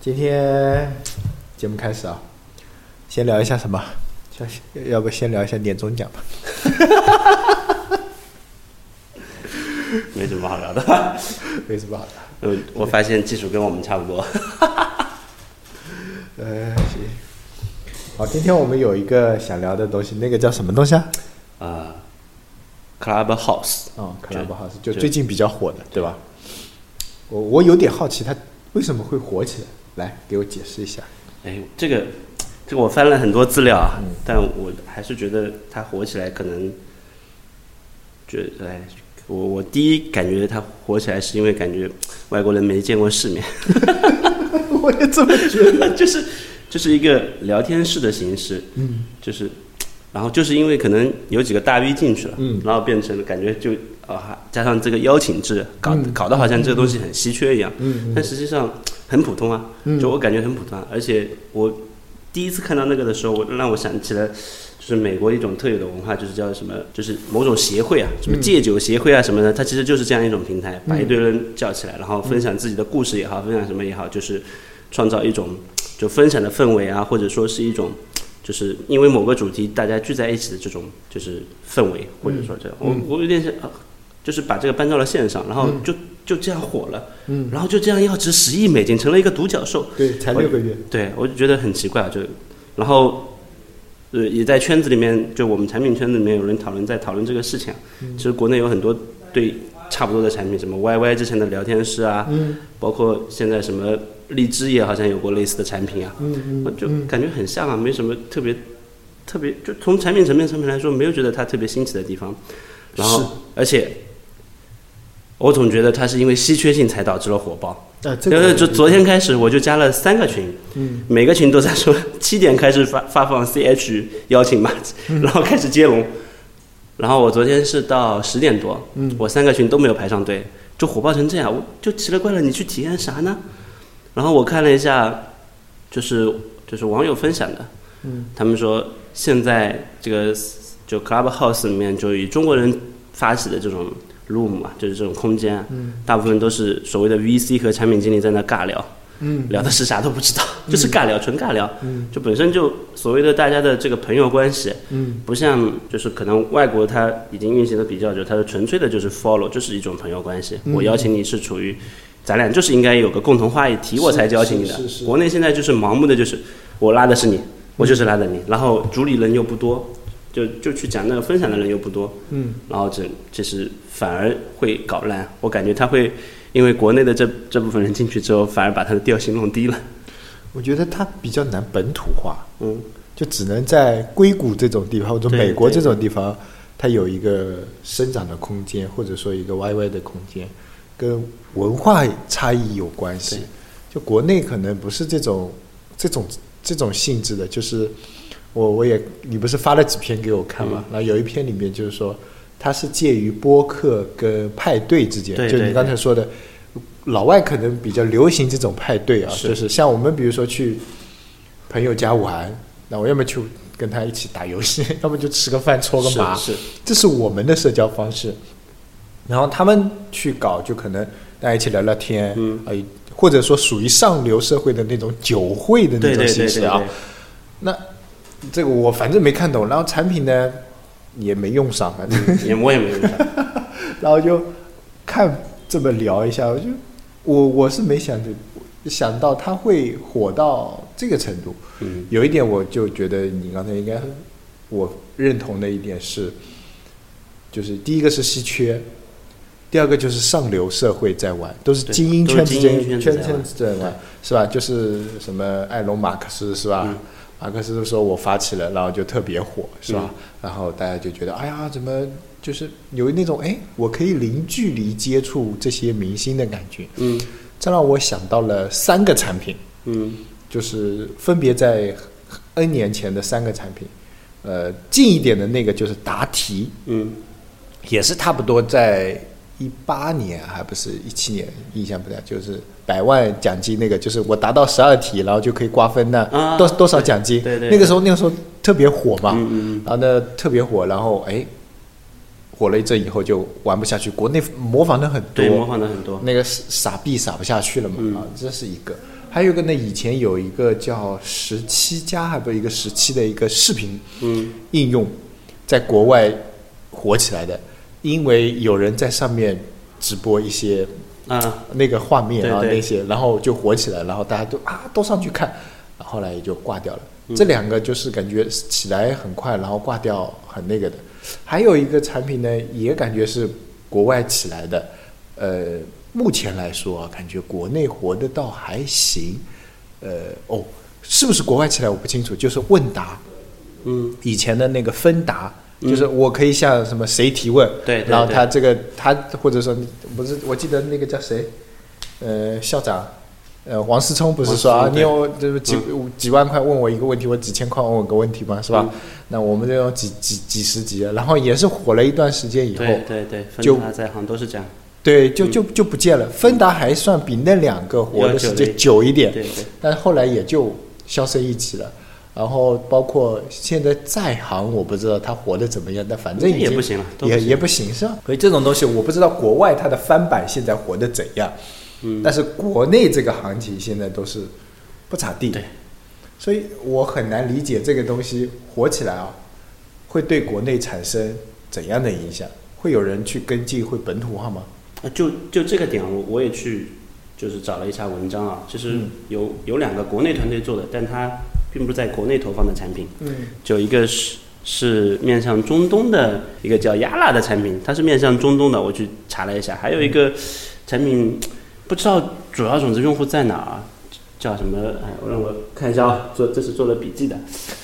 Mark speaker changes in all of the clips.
Speaker 1: 今天节目开始啊，先聊一下什么？要不先聊一下年终奖吧？
Speaker 2: 没什么好聊的，
Speaker 1: 没什么好聊。
Speaker 2: 我发现技术跟我们差不多。
Speaker 1: 行。好，今天我们有一个想聊的东西，那个叫什么东西啊
Speaker 2: ？Clubhouse。
Speaker 1: 哦 ，Clubhouse 就最近比较火的，对吧？我有点好奇，它为什么会火起来？来，给我解释一下。
Speaker 2: 哎，这个我翻了很多资料啊，但我还是觉得它火起来可能，我第一感觉它火起来是因为感觉外国人没见过世面。
Speaker 1: 我也这么觉得，
Speaker 2: 就是一个聊天室的形式，然后就是因为可能有几个大 V 进去了，然后变成感觉就加上这个邀请制，搞得好像这个东西很稀缺一样，但实际上很普通啊，就我感觉很普通啊，而且我第一次看到那个的时候，让我想起了就是美国一种特有的文化，就是叫什么，就是某种协会啊，什么戒酒协会啊什么的，它其实就是这样一种平台，把一堆人叫起来，然后分享自己的故事也好，分享什么也好，就是创造一种就分享的氛围啊，或者说是一种就是因为某个主题大家聚在一起的这种就是氛围，或者说这样，我有点想就是把这个搬到了线上，然后就这样火了，然后就这样要值10亿美金，成了一个独角兽。
Speaker 1: 对，才6个月。
Speaker 2: 对，我就觉得很奇怪，然后也在圈子里面，就我们产品圈子里面有人讨论这个事情。其实国内有很多对差不多的产品，什么 YY 之前的聊天室啊，包括现在什么荔枝也好像有过类似的产品啊，就感觉很像啊，没什么特别，就从产品层面上面来说，没有觉得它特别新奇的地方。然后，而且我总觉得它是因为稀缺性才导致了火爆。就昨天开始我就加了3个群，每个群都在说7点开始发放 CH 邀请码，然后开始接龙。然后我昨天是到10点多，我3个群都没有排上队，就火爆成这样，我就奇了怪了，你去体验啥呢？然后我看了一下，就是网友分享的，他们说现在这个就 Clubhouse 里面就以中国人发起的这种 room 嘛，就是这种空间，大部分都是所谓的 VC 和产品经理在那尬聊，聊的是啥都不知道，就是尬聊，纯尬聊，就本身就所谓的大家的这个朋友关系，不像就是可能外国它已经运行的比较久，它是纯粹的就是 follow， 就是一种朋友关系，我邀请你是处于咱俩就是应该有个共同话题我才邀请你的，国内现在就是盲目的就是我拉的是你，我就是拉的你，然后主理人又不多。就去讲那个分享的人又不多，然后这是反而会搞烂。我感觉他会因为国内的这部分人进去之后，反而把他的调性弄低了。
Speaker 1: 我觉得它比较难本土化，就只能在硅谷这种地方或者美国这种地方，它有一个生长的空间，或者说一个 YY 的空间，跟文化差异有关系。就国内可能不是这种性质的，就是。你不是发了几篇给我看吗？然后有一篇里面就是说，它是介于播客跟派对之间。就你刚才说的，老外可能比较流行这种派对啊，就是像我们比如说去朋友家玩，那我要么去跟他一起打游戏，要么就吃个饭搓个麻，这是我们的社交方式。然后他们去搞，就可能大家一起聊聊天，或者说属于上流社会的那种酒会的那种形式啊。那这个我反正没看懂，然后产品呢也没用上，反正
Speaker 2: 我也没用上，
Speaker 1: 然后就看这么聊一下，我是没想到它会火到这个程度。有一点我就觉得你刚才应该我认同的一点是，就是第一个是稀缺，第二个就是上流社会在玩，都是精英圈子在玩，是吧？就是什么埃隆·马克思是吧？马克思就说我发起了，然后就特别火，是吧？然后大家就觉得，哎呀，怎么就是有那种我可以零距离接触这些明星的感觉。这让我想到了3个产品，就是分别在 N 年前的3个产品。近一点的那个就是答题，也是差不多在18年还不是17年，印象不太，就是100万奖金那个，就是我答到12题，然后就可以瓜分那多少奖金。那个时候特别火嘛，然后呢特别火，然后火了一阵以后就玩不下去，国内模仿的很多，
Speaker 2: 对，模仿的很多，
Speaker 1: 那个傻币撒不下去了嘛，这是一个。 还有一个呢，以前有一个叫17+，还不是一个17的一个视频应用，在国外火起来的，因为有人在上面直播一些那个画面啊，
Speaker 2: 对对
Speaker 1: 那些，然后就火起来，然后大家都上去看，后来也就挂掉了。这两个就是感觉起来很快，然后挂掉很那个的。还有一个产品呢，也感觉是国外起来的，目前来说啊，感觉国内活得倒还行。是不是国外起来我不清楚，就是问答，以前的那个芬达。就是我可以向什么谁提问，
Speaker 2: 对，
Speaker 1: 然后他或者说不是，我记得那个叫谁，校长，王思聪不是说啊，你有就是几万块问我一个问题，我几千块问我一个问题嘛，是吧？那我们这种几十几，然后也是火了一段时间以后，
Speaker 2: 对，芬达在行都是这样。
Speaker 1: 对，就不见了。芬达还算比那两个活的时间久一点，
Speaker 2: 对，
Speaker 1: 但后来也就销声匿迹了。然后包括现在在行，我不知道他活得怎么样，但反正
Speaker 2: 也不行了，
Speaker 1: 也不行是吧？所以这种东西我不知道国外它的翻版现在活得怎样，但是国内这个行情现在都是不咋地，
Speaker 2: 对，
Speaker 1: 所以我很难理解这个东西火起来啊，会对国内产生怎样的影响？会有人去跟进，会本土化吗？
Speaker 2: 就这个点，我也去就是找了一下文章啊，其实有两个国内团队做的，但它并不是在国内投放的产品，就一个是面向中东的一个叫亚拉的产品，它是面向中东的，我去查了一下，还有一个产品不知道主要种子用户在哪儿，叫什么？让我看一下啊，这是做了笔记的，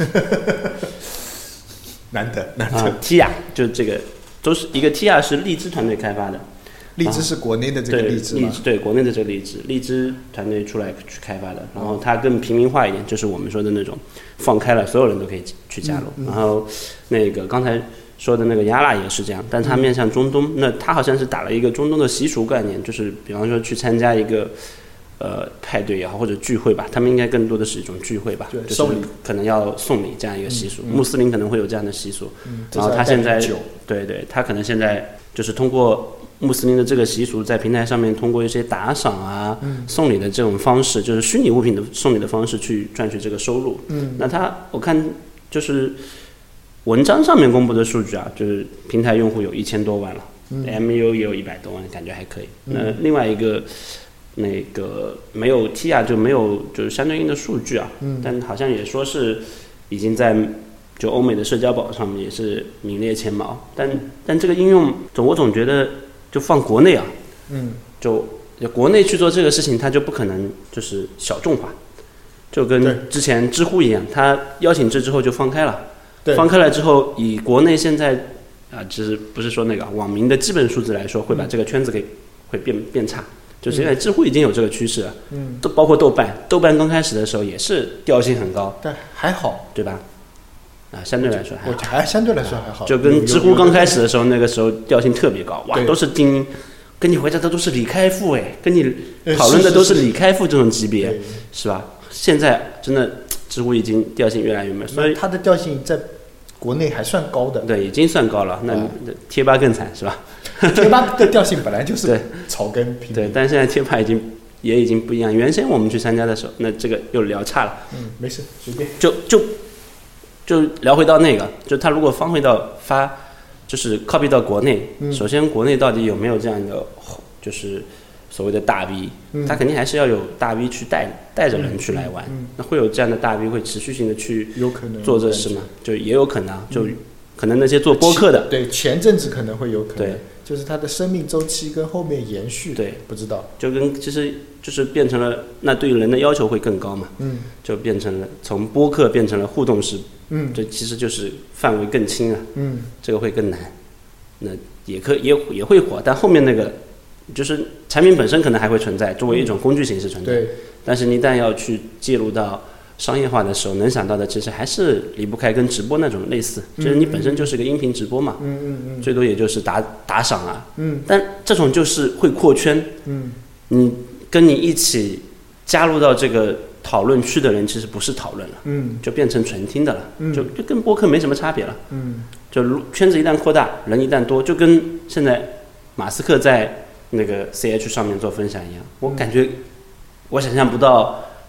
Speaker 1: 难得
Speaker 2: TIA 就这个都是一个 TIA 是荔枝团队开发的。
Speaker 1: 荔枝是国内的这个荔枝吗？
Speaker 2: 对，国内的这个荔枝团队出来去开发的，然后它更平民化一点，就是我们说的那种放开了，所有人都可以去加入。然后那个刚才说的那个亚拉也是这样，但它面向中东，那它好像是打了一个中东的习俗概念，就是比方说去参加一个派对也好或者聚会吧，他们应该更多的是一种聚会吧，就是可能要送礼这样一个习俗，穆斯林可能会有这样的习俗。然后他现在对，他可能现在就是通过穆斯林的这个习俗，在平台上面通过一些打赏啊、送礼的这种方式，就是虚拟物品的送礼的方式去赚取这个收入。那我看就是文章上面公布的数据啊，就是平台用户有1000多万了，MU 也有100多万，感觉还可以。那另外一个那个没有 TIA 就没有就是相对应的数据啊，但好像也说是已经在就欧美的社交宝上面也是名列前茅，但这个应用我总觉得就放国内啊，就国内去做这个事情，它就不可能就是小众化，就跟之前知乎一样，它邀请制之后就放开了，放开了之后，以国内现在就是不是说那个网民的基本素质来说，会把这个圈子会变差。就现在知乎已经有这个趋势了，都包括豆瓣刚开始的时候也是调性很高，
Speaker 1: 但还好，
Speaker 2: 对吧？相对来说还好，
Speaker 1: 相对来说还好，
Speaker 2: 就跟知乎刚开始的时候，那个时候调性特别高，哇，都是精英，跟你回答的都是李开复哎，跟你讨论的都是李开复这种级别，是吧？现在真的知乎已经调性越来越美，所以
Speaker 1: 它的调性在国内还算高的，
Speaker 2: 对，已经算高了。那贴吧更惨是吧？
Speaker 1: 贴吧的调性本来就是草根平民，
Speaker 2: 对，但现在贴吧已经不一样。原先我们去参加的时候，那这个又聊差了。
Speaker 1: 没事，随便。
Speaker 2: 就聊回到那个，就他如果就是 copy 到国内，首先国内到底有没有这样的就是所谓的大 V，他肯定还是要有大 V 去带着人去来玩。那会有这样的大 V 会持续性的去做这事吗？就也有可能，就可能那些做播客的，
Speaker 1: 对，前阵子可能会有可能，对，就是它的生命周期跟后面延续，
Speaker 2: 对，
Speaker 1: 不知道，
Speaker 2: 就跟其实就是变成了，那对于人的要求会更高嘛，就变成了从播客变成了互动式，这其实就是范围更轻啊，这个会更难，那也会火，但后面那个就是产品本身可能还会存在，作为一种工具形式存在，对，但是你一旦要去介入到商业化的时候，能想到的其实还是离不开跟直播那种类似，就是你本身就是个音频直播嘛，最多也就是打赏啊，但这种就是会扩圈，你跟你一起加入到这个讨论区的人，其实不是讨论了，就变成纯听的了，就跟播客没什么差别了，就圈子一旦扩大，人一旦多，就跟现在马斯克在那个 CH 上面做分享一样，我感觉我想象不到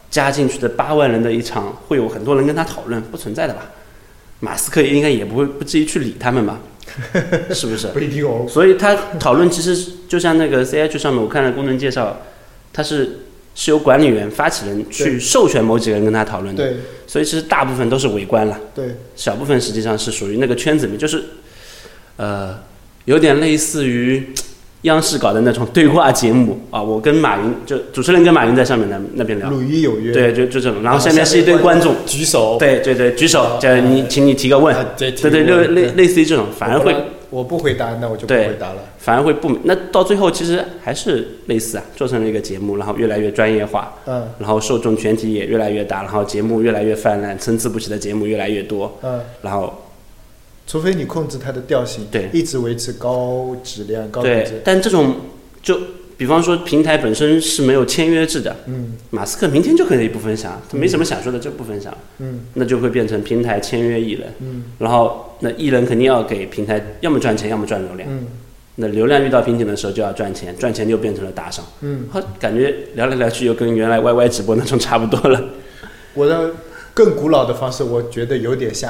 Speaker 2: 加进去的8万人的一场，会有很多人跟他讨论，不存在的吧？马斯克应该也不至于去理他们吧？是不是？
Speaker 1: 不一定哦。
Speaker 2: 所以他讨论其实就像那个 CH 上面我看了功能介绍，他是由管理员、发起人去授权某几个人跟他讨论的。
Speaker 1: 对。
Speaker 2: 所以其实大部分都是围观了。
Speaker 1: 对。小
Speaker 2: 部分实际上是属于那个圈子里面，就是有点类似于央视搞的那种对话节目啊，我跟马云，就主持人跟马云在上面那边聊，
Speaker 1: 鲁豫有约，
Speaker 2: 对，就这种，然后下面是一堆观众
Speaker 1: 举手，
Speaker 2: 对，举手，叫你，请你提个问，对，类似于这种，反而会，
Speaker 1: 我不回答，那我就不回答了，
Speaker 2: 反而会不，那到最后其实还是类似啊，做成了一个节目，然后越来越专业化，然后受众群体也越来越大，然后节目越来越泛滥，参差不齐的节目越来越多，然后。
Speaker 1: 除非你控制它的调性，
Speaker 2: 对，
Speaker 1: 一直维持高质量、高品质。
Speaker 2: 对，但这种就比方说平台本身是没有签约制的，马斯克明天就可以不分享，他没什么想说的就不分享，那就会变成平台签约艺人，然后那艺人肯定要给平台要么赚钱，要么赚流量，那流量遇到瓶颈的时候就要赚钱，赚钱就变成了打赏，感觉聊来聊去又跟原来 YY 直播那种差不多了。
Speaker 1: 我的更古老的方式，我觉得有点像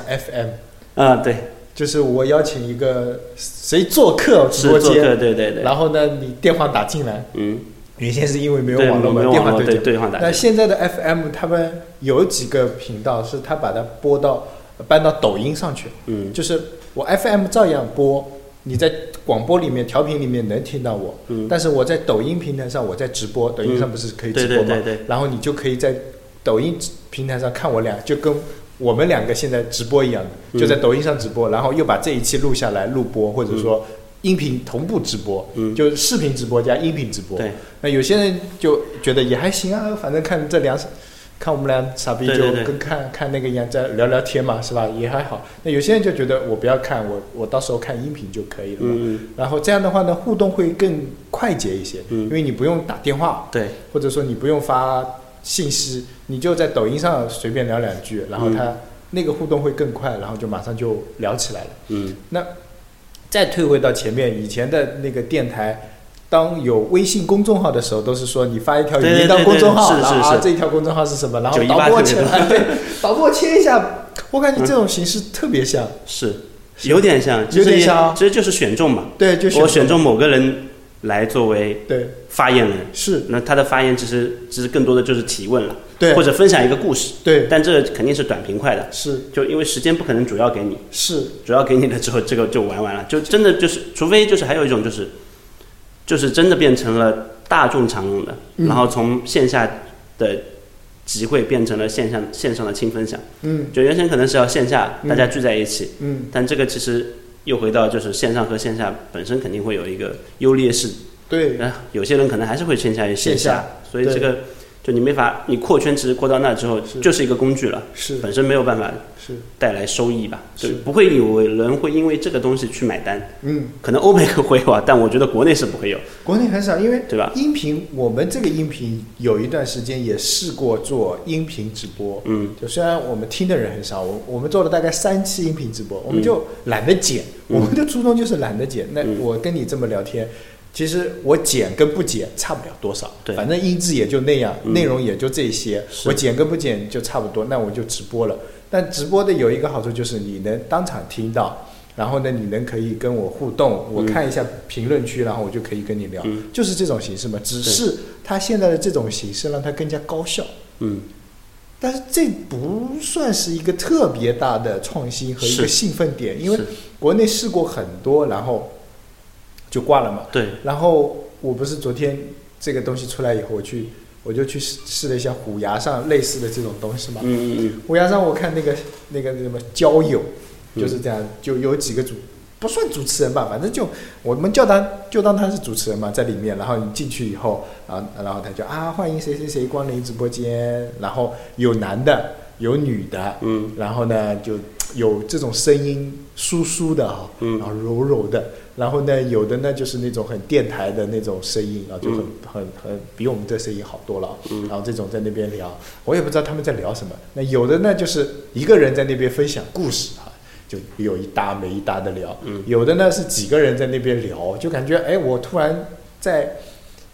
Speaker 1: FM，
Speaker 2: 对。
Speaker 1: 就是我邀请一个谁做客直播间，
Speaker 2: 对，
Speaker 1: 然后呢，你电话打进来，原先是因为没有网络嘛，电话
Speaker 2: 对话打。
Speaker 1: 那现在的 FM 他们有几个频道是他把它搬到抖音上去，就是我 FM 照样播，你在广播里面调频里面能听到我，但是我在抖音平台上我在直播，抖音上不是可以直播吗？
Speaker 2: 对，
Speaker 1: 然后你就可以在抖音平台上看我俩，就跟我们两个现在直播一样的，就在抖音上直播，然后又把这一期录下来录播，或者说音频同步直播，就视频直播加音频直播。
Speaker 2: 对，
Speaker 1: 那有些人就觉得也还行啊，反正看我们俩傻逼就跟看那个一样，在聊聊天嘛，是吧？也还好。那有些人就觉得我不要看，我到时候看音频就可以了嘛。然后这样的话呢，互动会更快捷一些，因为你不用打电话，
Speaker 2: 对，
Speaker 1: 或者说你不用发信息，你就在抖音上随便聊两句，然后他那个互动会更快，然后就马上就聊起来了。那再退回到前面，以前的那个电台，当有微信公众号的时候，都是说你发一条语音到公众号，然后这一条公众号是什么，然后导播签，导播签一下。我感觉这种形式特别像，
Speaker 2: 是有点像，
Speaker 1: 有点像，
Speaker 2: 其实就是选中嘛。
Speaker 1: 对，就
Speaker 2: 我选中某个人来作为发言人，
Speaker 1: 是，
Speaker 2: 那他的发言其实更多的就是提问了，
Speaker 1: 对，
Speaker 2: 或者分享一个故事，
Speaker 1: 对，
Speaker 2: 但这肯定是短平快的，
Speaker 1: 是，
Speaker 2: 就因为时间不可能主要给你，
Speaker 1: 是，主
Speaker 2: 要给你了之后，这个就玩完了，就真的就是，除非就是还有一种就是真的变成了大众常用的，然后从线下的集会变成了线上的轻分享，就原先可能是要线下大家聚在一起，但这个其实又回到就是线上和线下本身肯定会有一个优劣势。
Speaker 1: 对，
Speaker 2: 有些人可能还是会倾向于线下，所以这个就你没法，你扩圈其实扩到那之后就是一个工具了，
Speaker 1: 是
Speaker 2: 本身没有办法带来收益吧，就不会有人会因为这个东西去买单。可能欧美会有，但我觉得国内是不会有，
Speaker 1: 国内很少，因为
Speaker 2: 对吧？
Speaker 1: 音频我们这个音频有一段时间也试过做音频直播，就虽然我们听的人很少，我们做了大概3期音频直播，我们就懒得剪，我们的初衷就是懒得剪。那我跟你这么聊天。其实我剪跟不剪差不了多少，反正音质也就那样，内容也就这些，我剪跟不剪就差不多，那我就直播了。但直播的有一个好处就是你能当场听到，然后呢你可以跟我互动，我看一下评论区，然后我就可以跟你聊，就是这种形式嘛。只是它现在的这种形式让它更加高效，但是这不算是一个特别大的创新和一个兴奋点，因为国内试过很多，然后就挂了嘛。对。然后我不是昨天这个东西出来以后，我就去试了一下虎牙上类似的这种东西嘛。虎牙上我看那个什么交友，就是这样，就有几个不算主持人吧，反正就我们就当他是主持人嘛，在里面。然后你进去以后，然后他就欢迎谁谁谁光临直播间，然后有男的有女的，然后呢就有这种声音酥酥的然后柔柔的。然后呢，有的呢就是那种很电台的那种声音就很比我们这声音好多了。然后这种在那边聊，我也不知道他们在聊什么。那有的呢就是一个人在那边分享故事就有一搭没一搭的聊。有的呢是几个人在那边聊，就感觉我突然在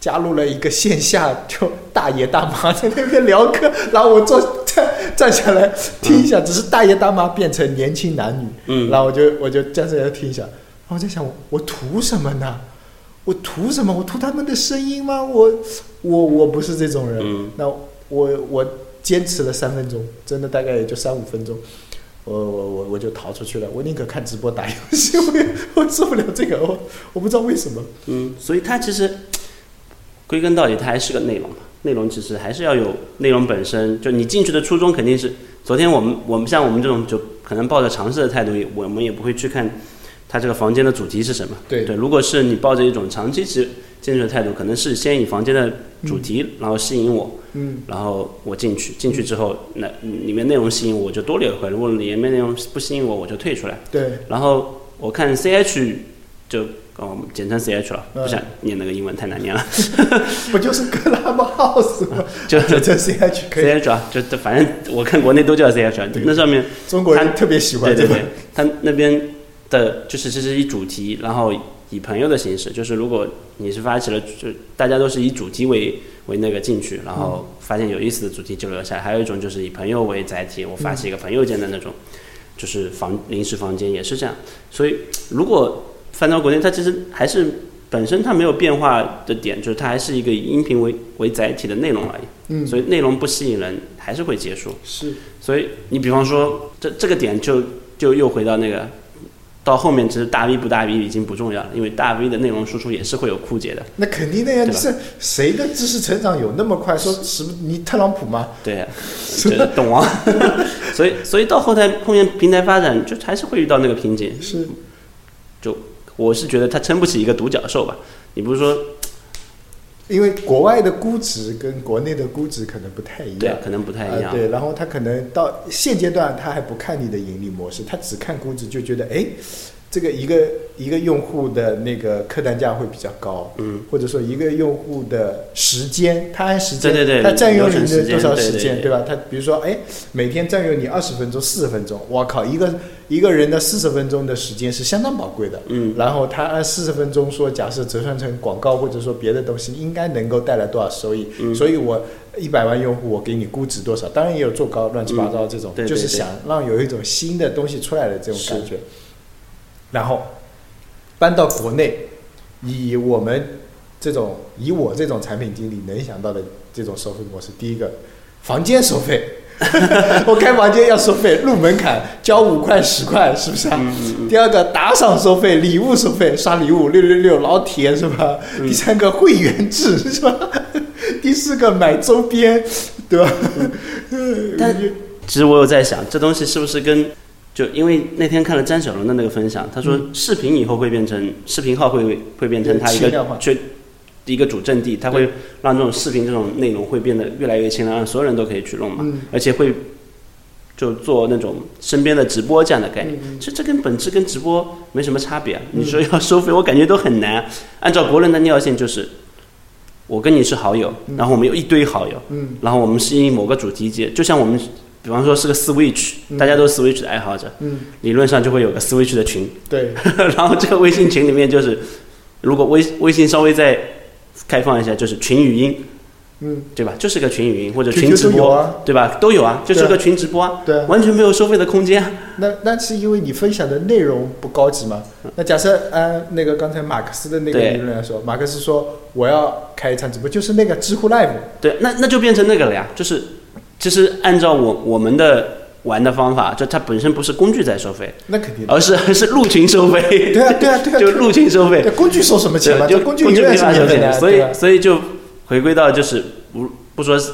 Speaker 1: 加入了一个线下，就大爷大妈在那边聊嗑，然后我站下来听一下，只是大爷大妈变成年轻男女，然后我就站下来听一下，然后我在想我图什么呢？我图什么？我图他们的声音吗？我不是这种人，那我坚持了3分钟，真的大概也就3-5分钟。我就逃出去了，我宁可看直播打游戏，我受不了这个，我不知道为什么。
Speaker 2: 所以它其实归根到底，它还是个内容嘛。内容其实还是要有内容本身，就你进去的初衷肯定是，昨天我们像我们这种就可能抱着尝试的态度，我们也不会去看它这个房间的主题是什么。对，如果是你抱着一种长期进去的态度，可能是先以房间的主题，然后吸引我，然后我进去之后，那里面内容吸引我就多留一会，如果里面内容不吸引我就退出来。
Speaker 1: 对，
Speaker 2: 然后我看 CH 就简称 CH 了，不想念那个英文太难念了。
Speaker 1: 不就是 Clubhouse 吗？就这 CH 可以。
Speaker 2: CH 啊，就反正我看国内都叫 CH， 那上面
Speaker 1: 中国人特别喜欢这个。
Speaker 2: 对，他那边的就是这是以主题，然后以朋友的形式，就是如果你是发起了，就大家都是以主题为那个进去，然后发现有意思的主题就留下来。还有一种就是以朋友为载体，我发起一个朋友间的那种，就是临时房间也是这样。所以如果翻到国内，它其实还是本身它没有变化的点，就是它还是一个以音频为载体的内容而已。所以内容不吸引人，还是会结束。
Speaker 1: 是。
Speaker 2: 所以你比方说这个点就又回到那个。到后面其实大 V 不大 V 已经不重要了，因为大 V 的内容输出也是会有枯竭的。
Speaker 1: 那肯定的呀，是谁的知识成长有那么快？说什么你特朗普吗？
Speaker 2: 对呀，就是懂王。所以到后面平台发展就还是会遇到那个瓶颈。
Speaker 1: 是，
Speaker 2: 就我是觉得它撑不起一个独角兽吧。你不是说，
Speaker 1: 因为国外的估值跟国内的估值可能不太一样，
Speaker 2: 对，可能不太一样。
Speaker 1: 对，然后他可能到现阶段他还不看你的盈利模式，他只看估值，就觉得这个一个用户的那个客单价会比较高，或者说一个用户的时间，他按时间，
Speaker 2: 对，
Speaker 1: 他占用你的多少时间，
Speaker 2: 对
Speaker 1: 吧？他比如说，每天占用你20分钟、40分钟，我靠，一个人的40分钟的时间是相当宝贵的，然后他按40分钟说，假设折算成广告或者说别的东西，应该能够带来多少收益？所以我100万用户，我给你估值多少？当然也有做高乱七八糟这种，就是想让有一种新的东西出来的这种感觉。然后搬到国内，以我这种产品经理能想到的这种收费模式，第一个，房间收费，我开房间要收费，入门槛交5块10块，是不是啊？第二个，打赏收费，礼物收费，刷礼物666老铁是吧？第三个，会员制是吧？第四个，买周边，对吧？
Speaker 2: 但其实我有在想，这东西是不是就因为那天看了詹小龙的那个分享，他说视频以后会变成视频号会变成他一个主阵地，他会让这种视频这种内容会变得越来越轻量，让所有人都可以去弄嘛，而且会就做那种身边的直播这样的概念。其实这本质跟直播没什么差别。你说要收费，我感觉都很难。按照国人的尿性就是，我跟你是好友，然后我们有一堆好友，然后我们是以某个主题节，就像我们。比方说是个 Switch，大家都是 Switch 的爱好者，理论上就会有个 Switch 的群，
Speaker 1: 对，
Speaker 2: 然后这个微信群里面就是，如果微信稍微再开放一下，就是群语音，对吧？就是个群语音或者群直播，对吧？都有啊，就是个群直播啊，
Speaker 1: 对，
Speaker 2: 完全没有收费的空间。
Speaker 1: 那是因为你分享的内容不高级嘛？那假设按那个刚才马克思的那个理论来说，马克思说我要开一场直播，就是那个知乎 Live，
Speaker 2: 对，那就变成那个了呀，就是。其实按照我们的玩的方法，就它本身不是工具在收费，
Speaker 1: 那肯定，
Speaker 2: 而是入群收费。
Speaker 1: 对啊，
Speaker 2: 就入群收费。
Speaker 1: 工具收什么钱嘛？
Speaker 2: 就
Speaker 1: 工具永远是免费的。
Speaker 2: 所以就回归到就是不说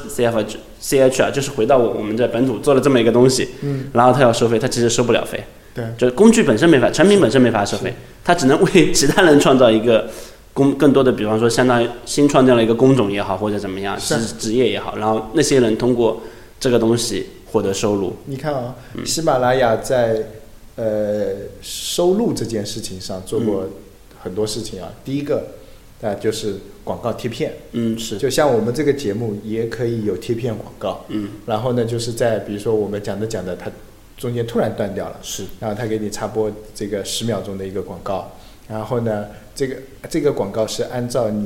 Speaker 2: CH 啊，就是回到我们在本土做了这么一个东西，然后它要收费，它其实收不了费。
Speaker 1: 对，
Speaker 2: 就工具本身没法，产品本身没法收费，它只能为其他人创造一个。更多的，比方说，相当于新创建了一个工种也好，或者怎么样，职业也好，然后那些人通过这个东西获得收入。
Speaker 1: 你看啊，喜马拉雅在收入这件事情上做过很多事情啊。第一个就是广告贴片，
Speaker 2: 是，
Speaker 1: 就像我们这个节目也可以有贴片广告，然后呢，就是在比如说我们讲的，它中间突然断掉了，
Speaker 2: 是，
Speaker 1: 然后它给你插播这个10秒钟的一个广告。然后呢，这个广告是按照你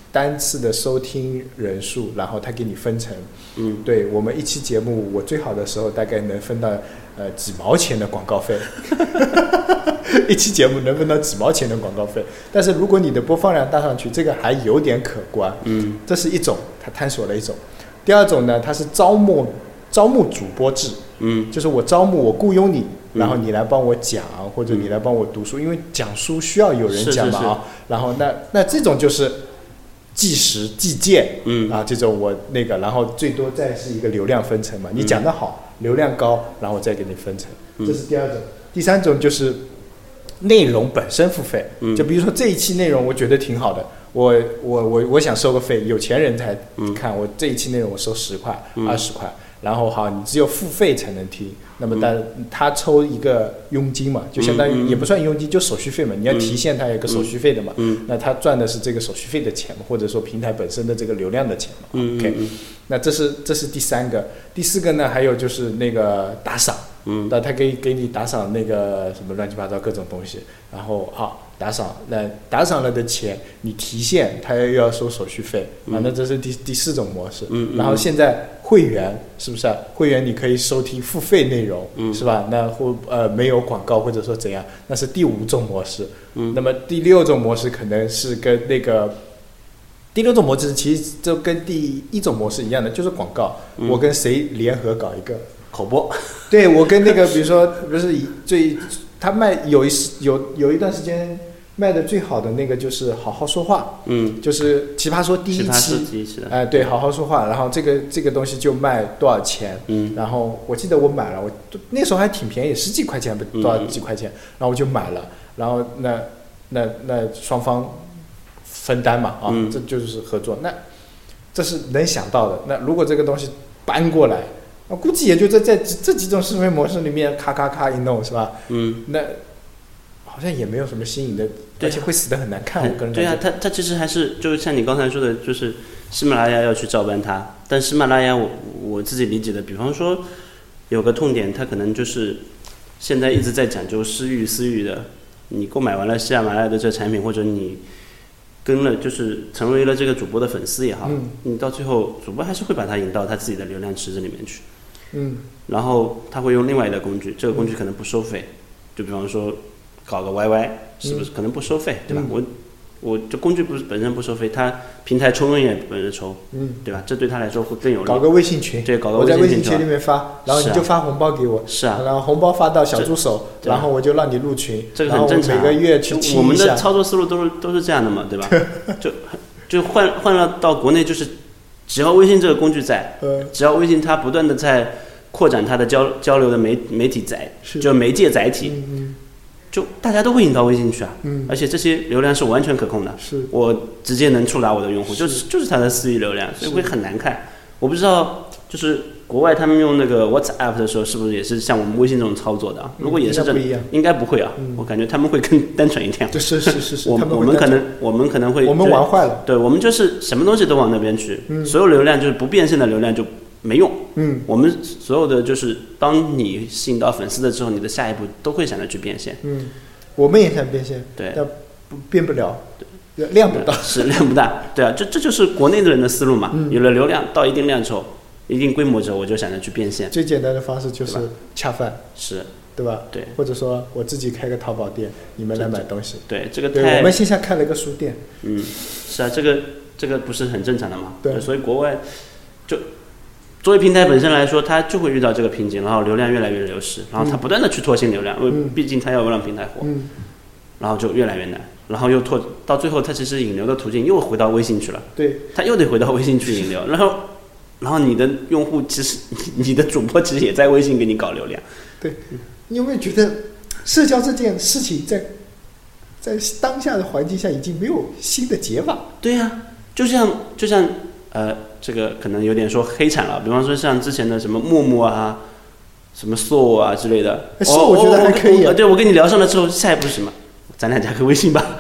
Speaker 1: 单次的收听人数，然后他给你分成。对，我们一期节目，我最好的时候大概能分到几毛钱的广告费，一期节目能分到几毛钱的广告费。但是如果你的播放量搭上去，这个还有点可观。这是一种，他探索了一种。第二种呢，它是招募主播制。就是我雇佣你，然后你来帮我讲，或者你来帮我读书，因为讲书需要有人讲嘛啊。然后那这种就是计时计件，这种我那个，然后最多再是一个流量分成嘛。你讲得好，流量高，然后我再给你分成。这是第二种。第三种就是内容本身付费，就比如说这一期内容我觉得挺好的，我想收个费，有钱人才看，我这一期内容我收10块、20块。然后好，你只有付费才能听，那么他抽一个佣金嘛，就相当于也不算佣金，就手续费嘛，你要提现他有个手续费的嘛，那他赚的是这个手续费的钱嘛，或者说平台本身的这个流量的钱嘛。OK， 那这是第三个。第四个呢，还有就是那个打赏，那他给你打赏那个什么乱七八糟各种东西，然后好打赏，那打赏了的钱你提现，他又要收手续费那这是第四种模式。然后现在会员是不是会员你可以收听付费内容，是吧？那没有广告或者说怎样，那是第5种模式。那么第6种模式可能是跟那个第6种模式其实就跟第1种模式一样的，就是广告。我跟谁联合搞一个
Speaker 2: 口播？对，
Speaker 1: 我跟那个比如说不是他卖有一段时间卖的最好的那个就是好好说话，就是奇葩说第一期，对，好好说话，然后这个东西就卖多少钱，然后我记得我买了，我那时候还挺便宜，10几块钱不多少几块钱，然后我就买了，然后那双方分担嘛，这就是合作，那这是能想到的。那如果这个东西搬过来，估计也就在这几种收费模式里面咔咔咔一弄，是吧？那好像也没有什么新颖的，而且会死得很难看。我个人
Speaker 2: 对啊，它其实还是就是像你刚才说的，就是喜马拉雅要去照搬它，但喜马拉雅我自己理解的，比方说有个痛点，它可能就是现在一直在讲究私域的，你购买完了喜马拉雅的这产品，或者你跟了就是成为了这个主播的粉丝也好，你到最后主播还是会把它引到他自己的流量池子里面去，然后他会用另外的工具，这个工具可能不收费，就比方说搞个 YY， 是不是可能不收费，对吧？我这工具本身不收费，它平台抽也本身抽，对吧？这对他来说会更有利。
Speaker 1: 搞个微信群，
Speaker 2: 对，搞个
Speaker 1: 微信群，我在微信
Speaker 2: 群
Speaker 1: 里面发，然后你就发红包给我，然后红包发到小助手，然后我就让你入群，
Speaker 2: 这个很正常，
Speaker 1: 每个月去清一下。
Speaker 2: 我们的操作思路都是这样的嘛，对吧？就换了到国内，就是只要微信这个工具在，只要微信它不断的在扩展它的交流的媒体载，就媒介载体。就大家都会引到微信去啊，而且这些流量是完全可控的，我直接能触达我的用户，就是它的私域流量，所以会很难看。我不知道，就是国外他们用那个 WhatsApp 的时候，是不是也是像我们微信这种操作的啊？如果也是这样，应该不会啊，我感觉他们会更单纯一点。
Speaker 1: 是，
Speaker 2: 我们可能会，
Speaker 1: 我们玩坏了。
Speaker 2: 对，我们就是什么东西都往那边去，所有流量就是不变现的流量就没用。我们所有的就是当你吸引到粉丝的之后，你的下一步都会想着去变现。
Speaker 1: 我们也想变现，
Speaker 2: 对，
Speaker 1: 但变不了，量不大，
Speaker 2: 是量不大，对啊，这就是国内的人的思路嘛。有了流量到一定量之后，一定规模之后，我就想着去变现。
Speaker 1: 最简单的方式就是恰饭，
Speaker 2: 是，
Speaker 1: 对吧？
Speaker 2: 对，
Speaker 1: 或者说我自己开个淘宝店，你们来买东西。
Speaker 2: 对，这个
Speaker 1: 对，我们线下开了个书店。
Speaker 2: 是啊，这个不是很正常的嘛？
Speaker 1: 对，
Speaker 2: 所以国外就。作为平台本身来说，它就会遇到这个瓶颈，然后流量越来越流失，然后它不断的去拖新流量，因为毕竟它要让平台火，然后就越来越难，然后又拖到最后，它其实引流的途径又回到微信去了，
Speaker 1: 对，
Speaker 2: 它又得回到微信去引流，然后你的用户其实你的主播其实也在微信给你搞流量，
Speaker 1: 对，你有没有觉得社交这件事情在当下的环境下已经没有新的解法？
Speaker 2: 对呀，就像这个可能有点说黑产了，比方说像之前的什么陌陌啊、什么 Soul 啊之类的
Speaker 1: ，Soul 我觉得还可以啊。
Speaker 2: 对，我跟你聊上了之后，下一步是什么？咱俩加个微信吧，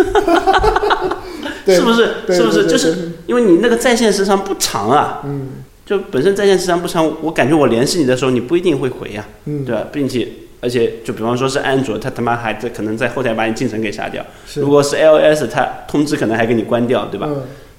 Speaker 2: 是不是？是不是？就是因为你那个在线时长不长啊，就本身在线时长不长，我感觉我联系你的时候，你不一定会回啊，对吧？而且就比方说是安卓，他妈还可能在后台把你进程给杀掉；如果是 iOS，他通知可能还给你关掉，对吧？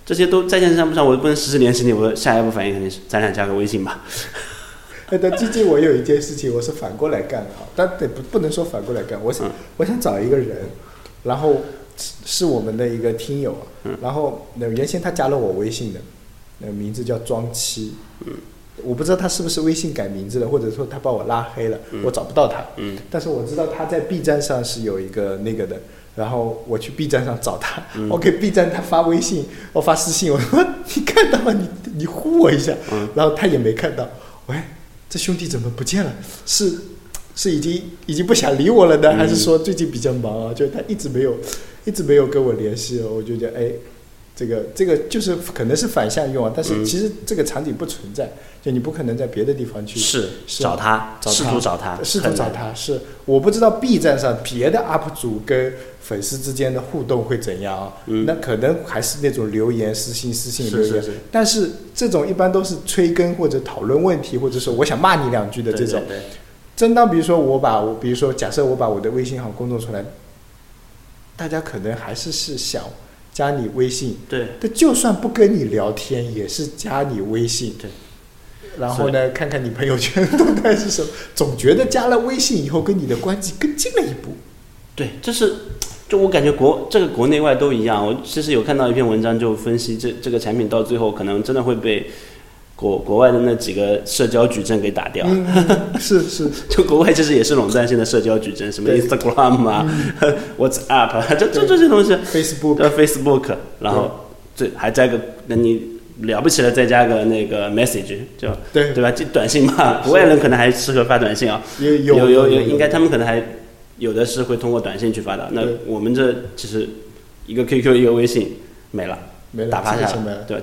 Speaker 2: 这些都在线上不上，我不能实时联系你，我下一步反应肯定是咱俩加个微信吧。
Speaker 1: 但最近我有一件事情，我是反过来干的，但不能说反过来干，我想找一个人，然后是我们的一个听友，然后原先他加了我微信的，名字叫庄七，我不知道他是不是微信改名字了，或者说他把我拉黑了，我找不到他，但是我知道他在 B 站上是有一个那个的，然后我去 B 站上找他，我给 B 站他发微信，我发私信，我说你看到了，你呼我一下，然后他也没看到，喂，这兄弟怎么不见了？是已经不想理我了呢，还是说最近比较忙啊？就他一直没有跟我联系，我就觉得哎，这个就是可能是反向用啊，但是其实这个场景不存在，就你不可能在别的地方去
Speaker 2: 找他，试图找他，
Speaker 1: 是我不知道 B 站上别的 UP 主跟粉丝之间的互动会怎样啊？那可能还是那种留言、私信留言，但是这种一般都是催更或者讨论问题，或者说我想骂你两句的这种。
Speaker 2: 对，
Speaker 1: 真当比如说假设我把我的微信号公众出来，大家可能还是想加你微信，
Speaker 2: 对，
Speaker 1: 就算不跟你聊天，也是加你微信，
Speaker 2: 对。
Speaker 1: 然后呢，看看你朋友圈动态是什么，总觉得加了微信以后跟你的关系更近了一步。
Speaker 2: 对，就我感觉这个国内外都一样。我其实有看到一篇文章，就分析这个产品到最后可能真的会被国外的那几个社交矩阵给打掉。
Speaker 1: 是，
Speaker 2: 就国外其实也是垄断性的社交矩阵，什么 Instagram 啊、WhatsApp 啊，这些东西 Facebook， 然后还加个那你。了不起了，再加个那个 message， 对吧？这短信嘛，国外人可能还适合发短信啊。有，应该他们可能还有的是会通过短信去发的。那我们这其实一个 QQ 一个微信没了，打趴下了，对吧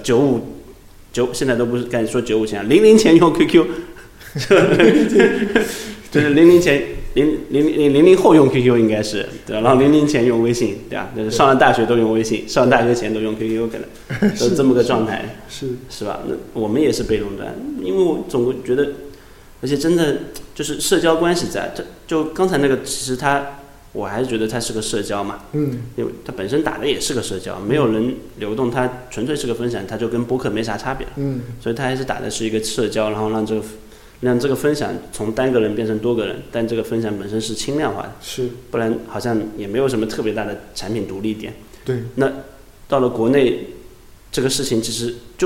Speaker 2: ？95现在都不是该说95前，00前用 QQ， 就是00前。00后用 QQ 应该是对吧？然后00前用微信，对吧？就是上了大学都用微信，上大学前都用 QQ， 可能都这么个状态，是吧？那我们也是被垄断，因为我总觉得，而且真的就是社交关系在，就刚才那个，其实我还是觉得它是个社交嘛，因为它本身打的也是个社交，没有人流动，它纯粹是个分享，它就跟播客没啥差别，所以它还是打的是一个社交，然后让这个分享从单个人变成多个人，但这个分享本身是轻量化的，不然好像也没有什么特别大的产品独立点。
Speaker 1: 对，
Speaker 2: 那到了国内，这个事情其实就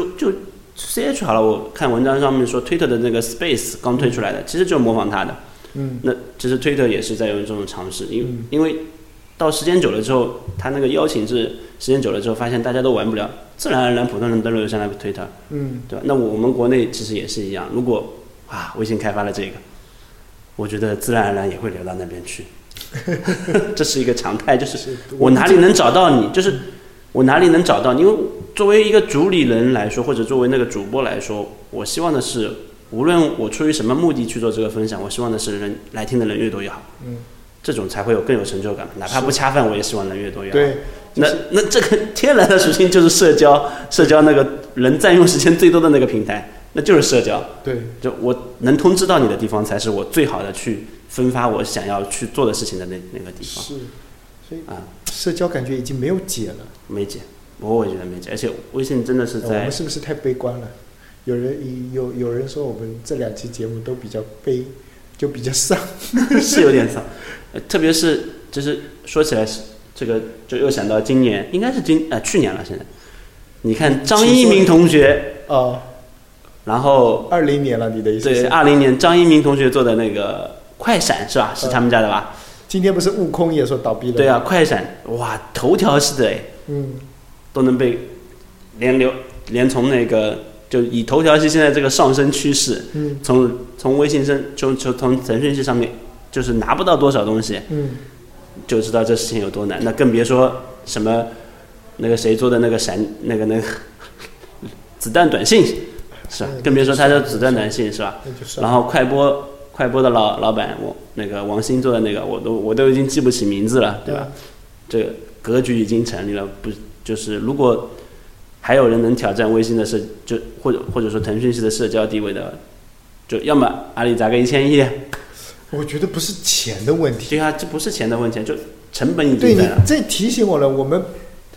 Speaker 2: CH 好了，我看文章上面说 Twitter 的那个 Space 刚推出来的，其实就是模仿它的。那其实 Twitter 也是在有这种尝试，因为到时间久了之后，它那个邀请制时间久了之后，发现大家都玩不了，自然而然普通人都留下来 Twitter，对吧？那我们国内其实也是一样，如果微信开发了这个，我觉得自然而然也会流到那边去，这是一个常态。就是我哪里能找到你，就是我哪里能找到你。因为作为一个主理人来说，或者作为那个主播来说，我希望的是，无论我出于什么目的去做这个分享，我希望的是人来听的人越多越好。这种才会更有成就感。哪怕不恰饭，我也希望人越多越好。
Speaker 1: 对，
Speaker 2: 那这个天然的属性就是社交那个人占用时间最多的那个平台。那就是社交，
Speaker 1: 对，
Speaker 2: 就我能通知到你的地方，才是我最好的去分发我想要去做的事情的那个地方。
Speaker 1: 是，所以社交感觉已经没有解了。
Speaker 2: 没解，我也觉得没解，而且微信真的是在。
Speaker 1: 我们是不是太悲观了？有人说我们这2期节目都比较悲，就比较丧。
Speaker 2: 是有点丧，特别是就是说起来是这个，就又想到今年，应该是去年了。现在，你看张一鸣同学然后
Speaker 1: 20年了，你的意思是？
Speaker 2: 对，20年张一鸣同学做的那个快闪是吧？是他们家的吧？
Speaker 1: 今天不是悟空也说倒闭了？
Speaker 2: 对啊，快闪哇，头条系的都能被连从那个就以头条系现在这个上升趋势，从微信就从腾讯系上面就是拿不到多少东西，就知道这事情有多难。那更别说什么那个谁做的那个那个子弹短信。是吧？更别说他的子弹短信是吧？然后快播的老板，那个王鑫做的那个，我都已经记不起名字了，对吧？这个格局已经成立了，不就是如果还有人能挑战微信的或者说腾讯系的社交地位的，就要么阿里砸个1000亿。
Speaker 1: 我觉得不是钱的问题。
Speaker 2: 对啊，这不是钱的问题，就成本已经在了。
Speaker 1: 对，你这提醒我了，我们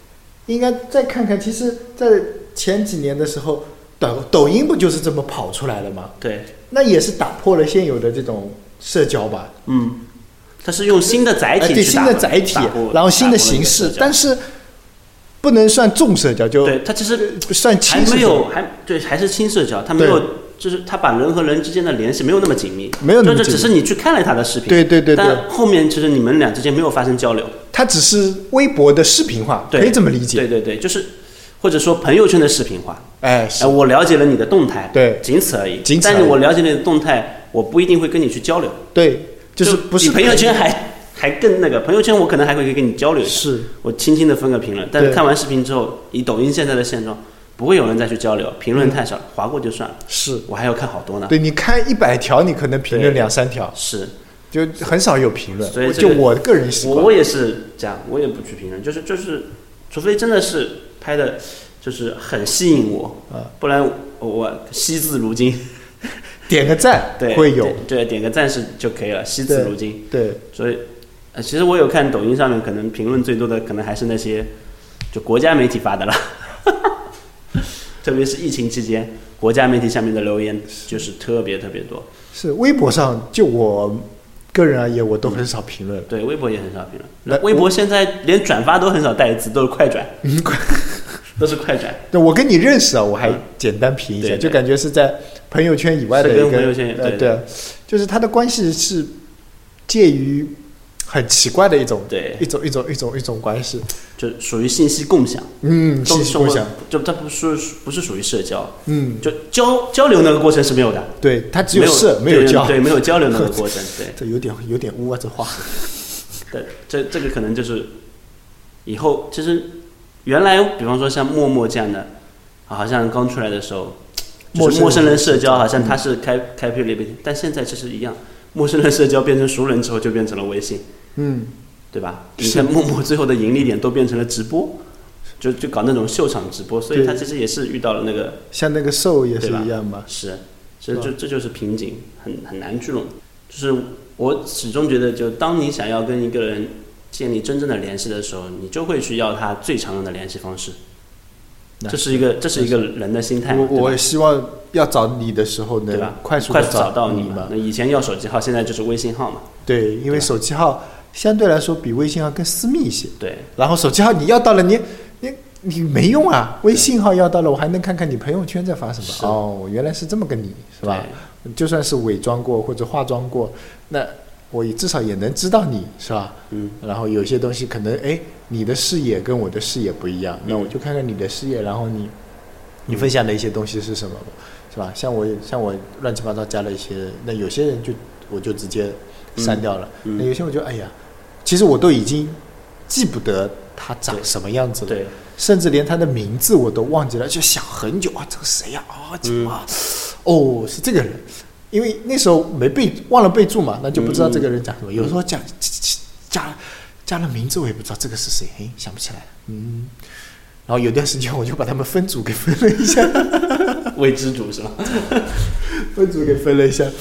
Speaker 1: 应该再看看，其实，在前几年的时候，抖音不就是这么跑出来的吗？
Speaker 2: 对，
Speaker 1: 那也是打破了现有的这种社交吧。
Speaker 2: 它是用新的载体
Speaker 1: 对新的载体，然后新的形式，但是不能算重社交，就
Speaker 2: 对它其实
Speaker 1: 算轻社交，
Speaker 2: 还是轻社交，它没有。就是他把人和人之间的联系没有那么紧密，
Speaker 1: 没有那么紧密，
Speaker 2: 就只是你去看了他的视频，
Speaker 1: 对，
Speaker 2: 但后面其实你们俩之间没有发生交流，
Speaker 1: 他只是微博的视频化，可以这么理解，
Speaker 2: 对，就是或者说朋友圈的视频化，我了解了你的动态，
Speaker 1: 对，
Speaker 2: 仅此而已，但是我了解你的动态，我不一定会跟你去交流，
Speaker 1: 对，就是不是
Speaker 2: 朋友圈还更那个，朋友圈我可能还会跟你交流一下，
Speaker 1: 是
Speaker 2: 我轻轻的分个评论，但是看完视频之后，以抖音现在的现状。不会有人再去交流，评论太少，划过就算了。
Speaker 1: 是
Speaker 2: 我还要看好多呢。
Speaker 1: 对，你看100条，你可能评论2、3条，
Speaker 2: 是，
Speaker 1: 就很少有评论。
Speaker 2: 所以
Speaker 1: 就我个人习惯，
Speaker 2: 我也是这样，我也不去评论，就是，除非真的是拍的，就是很吸引我，不然我惜字如金。
Speaker 1: 点个赞会有，
Speaker 2: 对，点个赞就可以了，惜字如金。
Speaker 1: 对，
Speaker 2: 所以其实我有看抖音上面，可能评论最多的可能还是那些就国家媒体发的了。特别是疫情期间，国家媒体下面的留言就是特别多。是
Speaker 1: 微博上，就我个人而言，我都很少评论。
Speaker 2: 对，微博也很少评论。微博现在连转发都很少带字，都是快转。都是快转。
Speaker 1: 对，我跟你认识啊，我还简单评一下，就感觉是在朋友圈以外的一个。
Speaker 2: 跟朋友圈
Speaker 1: 对，就是他的关系是介于。很奇怪的一种关系，
Speaker 2: 就属于信息共享。
Speaker 1: 信息共享，
Speaker 2: 就它不是属于社交。就交流那个过程是没有的。
Speaker 1: 对，它只有社没有交，
Speaker 2: 对，没有交流那个过程。对，
Speaker 1: 这有点污啊，这话。
Speaker 2: 对，这个可能就是以后其实原来比方说像陌陌这样的，好像刚出来的时候，就是陌生人社交，好像它是开辟了一个，但现在其实一样。陌生人社交变成熟人之后，就变成了微信，对吧？你看陌陌最后的盈利点都变成了直播，就搞那种秀场直播，所以它其实也是遇到了那个
Speaker 1: 像那个瘦也是一样嘛。
Speaker 2: 是，所以这就是瓶颈，很难聚拢。就是我始终觉得，就当你想要跟一个人建立真正的联系的时候，你就会去要他最常用的联系方式。这是一个人的心态。
Speaker 1: 我希望要找你的时候能快速
Speaker 2: 找到你嘛。那以前要手机号，现在就是微信号嘛。
Speaker 1: 对，因为手机号相对来说比微信号更私密一些。
Speaker 2: 对。
Speaker 1: 然后手机号你要到了，你没用啊。微信号要到了，我还能看看你朋友圈在发什么。哦，原来是这么个你，是吧？就算是伪装过或者化妆过，那我至少也能知道你是吧？然后有些东西可能你的视野跟我的视野不一样，那我就看看你的视野，然后你分享的一些东西是什么，是吧？像我乱七八糟加了一些，那有些人我就直接删掉了，那有些我就其实我都已经记不得他长什么样子了，
Speaker 2: 对，
Speaker 1: 甚至连他的名字我都忘记了，就想很久这个谁呀？是这个人。因为那时候忘了备注嘛，那就不知道这个人长什么。有时候加了名字，我也不知道这个是谁，想不起来了。然后有段时间我就把他们分组给分了一下，
Speaker 2: 未知组是吧？
Speaker 1: 分组给分了一下。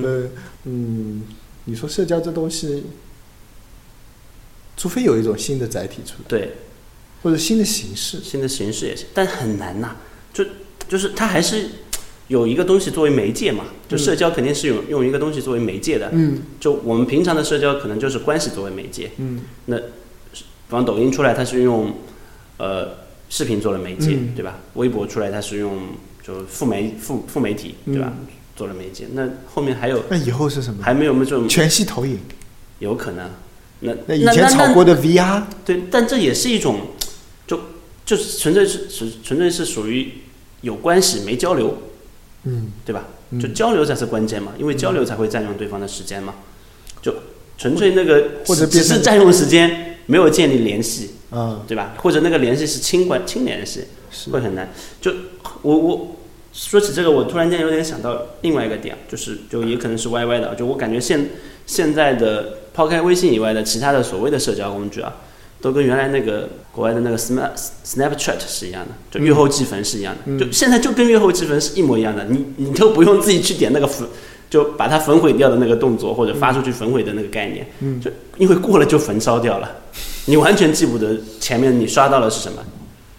Speaker 1: 你说社交这东西，除非有一种新的载体出来，
Speaker 2: 对，
Speaker 1: 或者新的形式
Speaker 2: 也行，但很难呐。就是它还是。有一个东西作为媒介嘛，就社交肯定是用一个东西作为媒介的。就我们平常的社交可能就是关系作为媒介。那比方抖音出来，它是用视频做了媒介，对吧？微博出来，它是用就副媒体，对吧？做了媒介。那后面还有？
Speaker 1: 那以后是什么？
Speaker 2: 还没有这种
Speaker 1: 全息投影？
Speaker 2: 有可能。
Speaker 1: 那以前炒过的 VR？
Speaker 2: 对，但这也是一种，就是纯粹是属于有关系没交流。对吧？就交流才是关键嘛，因为交流才会占用对方的时间嘛。就纯粹那个
Speaker 1: 或者
Speaker 2: 只是占用时间，没有建立联系，对吧？或者那个联系是轻联系，会很难。就我说起这个，我突然间有点想到另外一个点，就也可能是 YY 的，就我感觉现在的抛开微信以外的其他的所谓的社交工具啊。都跟原来那个国外的那个 Snapchat 是一样的，就阅后即焚是一样的，就现在就跟阅后即焚是一模一样的，你都不用自己去点那个就把它焚毁掉的那个动作，或者发出去焚毁的那个概念，就因为过了就焚烧掉了，你完全记不得前面你刷到了是什么，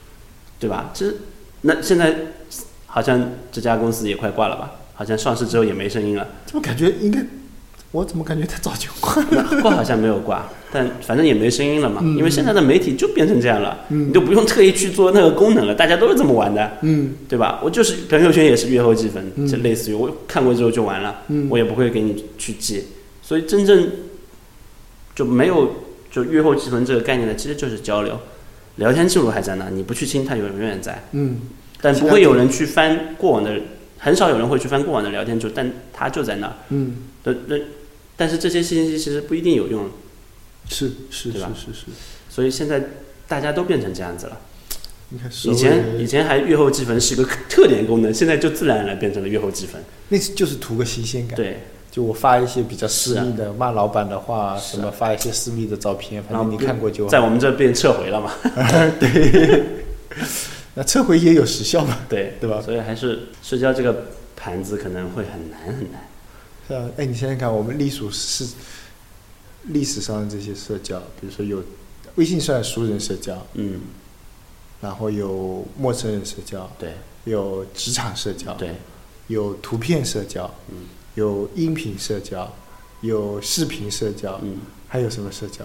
Speaker 2: 对吧？那现在好像这家公司也快挂了吧？好像上市之后也没声音了。
Speaker 1: 怎么感觉应该？我怎么感觉他早就挂了？
Speaker 2: 挂好像没有挂，但反正也没声音了嘛。因为现在的媒体就变成这样了，你就不用特意去做那个功能了，大家都是这么玩的，对吧？我就是朋友圈也是阅后积分，就类似于我看过之后就完了，我也不会给你去记。所以真正就没有就阅后积分这个概念的，其实就是交流，聊天记录还在那，你不去清，它永远在。但不会有人去翻过往的，很少有人会去翻过往的聊天记录，但它就在那。但是这些信息其实不一定有用，
Speaker 1: 是，
Speaker 2: 对吧？
Speaker 1: 是。
Speaker 2: 所以现在大家都变成这样子了。
Speaker 1: 你看，
Speaker 2: 以前还阅后积分是个特点功能，现在就自然而然变成了阅后积分。
Speaker 1: 那就是图个新鲜感。
Speaker 2: 对，
Speaker 1: 就我发一些比较私密的骂老板的话，什么发一些私密的照片，反正你看过就好。
Speaker 2: 在我们这边撤回了嘛？
Speaker 1: 对，那撤回也有时效嘛？
Speaker 2: 对
Speaker 1: 吧？
Speaker 2: 所以还是社交这个盘子可能会很难很难。
Speaker 1: 是啊，你想想看，我们历史上的这些社交，比如说有微信算熟人社交，然后有陌生人社交，
Speaker 2: 对，
Speaker 1: 有职场社交，
Speaker 2: 对，
Speaker 1: 有图片社交，有音频社交，有视频社交，还有什么社交？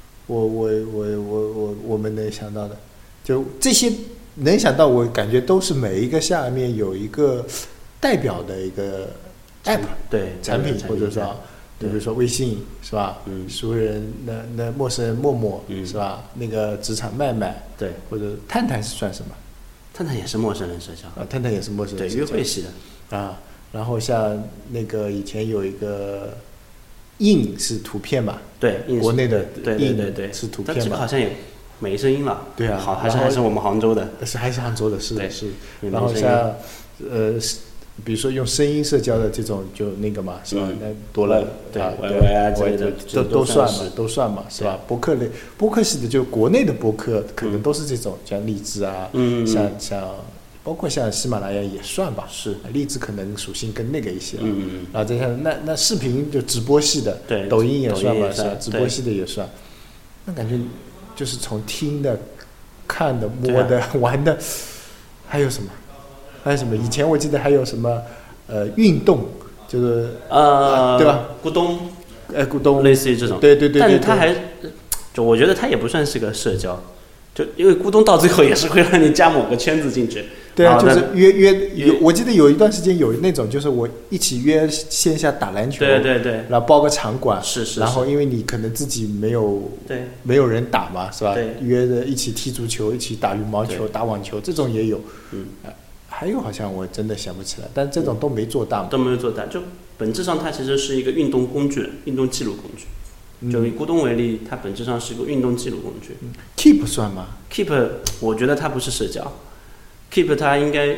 Speaker 1: 我们能想到的，就这些能想到，我感觉都是每一个下面有一个代表的一个 app
Speaker 2: 对
Speaker 1: 产品，或者说，比如说微信是吧？熟人那陌生人陌陌是吧？那个职场麦麦，
Speaker 2: 对，
Speaker 1: 或者探探是算什么？
Speaker 2: 探探也是陌生人社交
Speaker 1: 啊，探探也是陌生人社交，
Speaker 2: 对，约会系的
Speaker 1: 啊。然后像那个以前有一个印是图片嘛，
Speaker 2: 对，
Speaker 1: 国内的
Speaker 2: 对
Speaker 1: 是图片嘛，
Speaker 2: 但这个好像也没声音了。
Speaker 1: 对啊，
Speaker 2: 好，还是我们杭州的，
Speaker 1: 还是杭州的，是。然后
Speaker 2: 然
Speaker 1: 像比如说用声音社交的这种，就那个嘛，是吧？那多了，
Speaker 2: 对，YY 啊之类的，
Speaker 1: 都算嘛，是吧？播客系的，就国内的播客，可能都是这种，像荔枝啊，像包括像喜马拉雅也算吧。
Speaker 2: 是，
Speaker 1: 荔枝可能属性更那个一些。然后再像那视频就直播系的，
Speaker 2: 对，
Speaker 1: 抖音也算嘛，是吧？直播系的也算。那感觉就是从听的、看的、摸的、玩的，还有什么？以前我记得还有什么运动，就是对吧？
Speaker 2: 咕咚，
Speaker 1: 咕咚，
Speaker 2: 类似于这种。
Speaker 1: 对。
Speaker 2: 但它就我觉得它也不算是个社交，就因为咕咚到最后也是会让你加某个圈子进去。
Speaker 1: 对啊，就是约，我记得有一段时间有那种，就是我一起约线下打篮球，
Speaker 2: 对，
Speaker 1: 然后包个场馆，
Speaker 2: 是，
Speaker 1: 然后因为你可能自己没有人打嘛，是吧？约着一起踢足球，一起打羽毛球、打网球，这种也有。还有好像我真的想不起来，但这种都没做大嘛。
Speaker 2: 都没有做大，就本质上它其实是一个运动工具，运动记录工具。就以咕咚为例，它本质上是一个运动记录工具。
Speaker 1: Keep 算吗
Speaker 2: ？Keep 我觉得它不是社交 ，Keep 它应该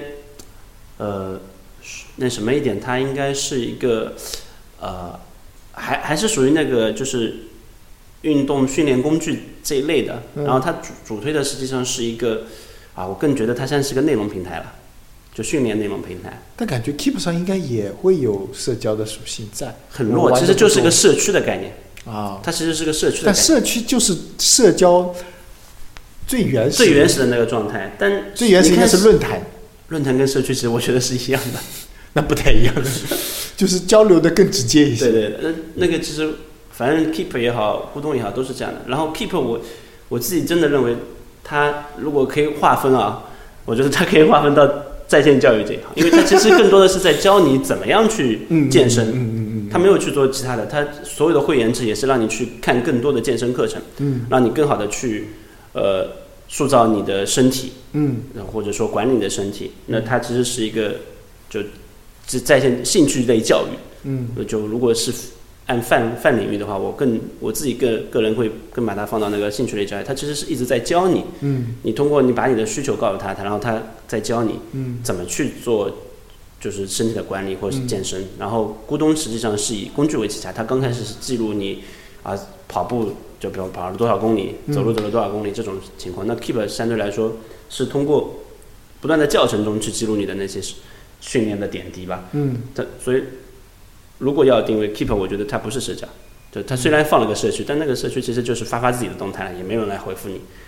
Speaker 2: 那什么一点，它应该是一个还是属于那个就是运动训练工具这一类的。然后它主推的实际上是一个我更觉得它像是一个内容平台了。就训练内容平台，
Speaker 1: 但感觉 Keep 上应该也会有社交的属性在，
Speaker 2: 很弱，其实就是个社区的概念
Speaker 1: 啊。
Speaker 2: 它其实是个社区的概念，
Speaker 1: 但社区就是社交最原
Speaker 2: 始的那个状态，但
Speaker 1: 最原始应该是论坛，
Speaker 2: 论坛跟社区其实我觉得是一样的，
Speaker 1: 那不太一样的，就是交流的更直接一些。
Speaker 2: 对，那个其实反正 Keep 也好，咕咚也好，都是这样的。然后 Keep 我自己真的认为，它如果可以划分我觉得它可以划分到在线教育这一行，因为它其实更多的是在教你怎么样去健身，它没有去做其他的，它所有的会员制也是让你去看更多的健身课程，让你更好的去塑造你的身体，或者说管理你的身体，那它其实是一个就在线兴趣类教育，就如果是按泛领域的话，我自己个人会更把它放到那个兴趣类教育，它其实是一直在教你，你通过你把你的需求告诉他，然后他再教你怎么去做，就是身体的管理或是健身。然后咕咚实际上是以工具为起家，它刚开始是记录你跑步，就比如跑了多少公里，走路走了多少公里这种情况。那 Keep 相对来说是通过不断的教程中去记录你的那些训练的点滴吧，所以。如果要定位 Keep， 我觉得它不是社交，就它虽然放了个社区，但那个社区其实就是发自己的动态了，也没有人来回复你。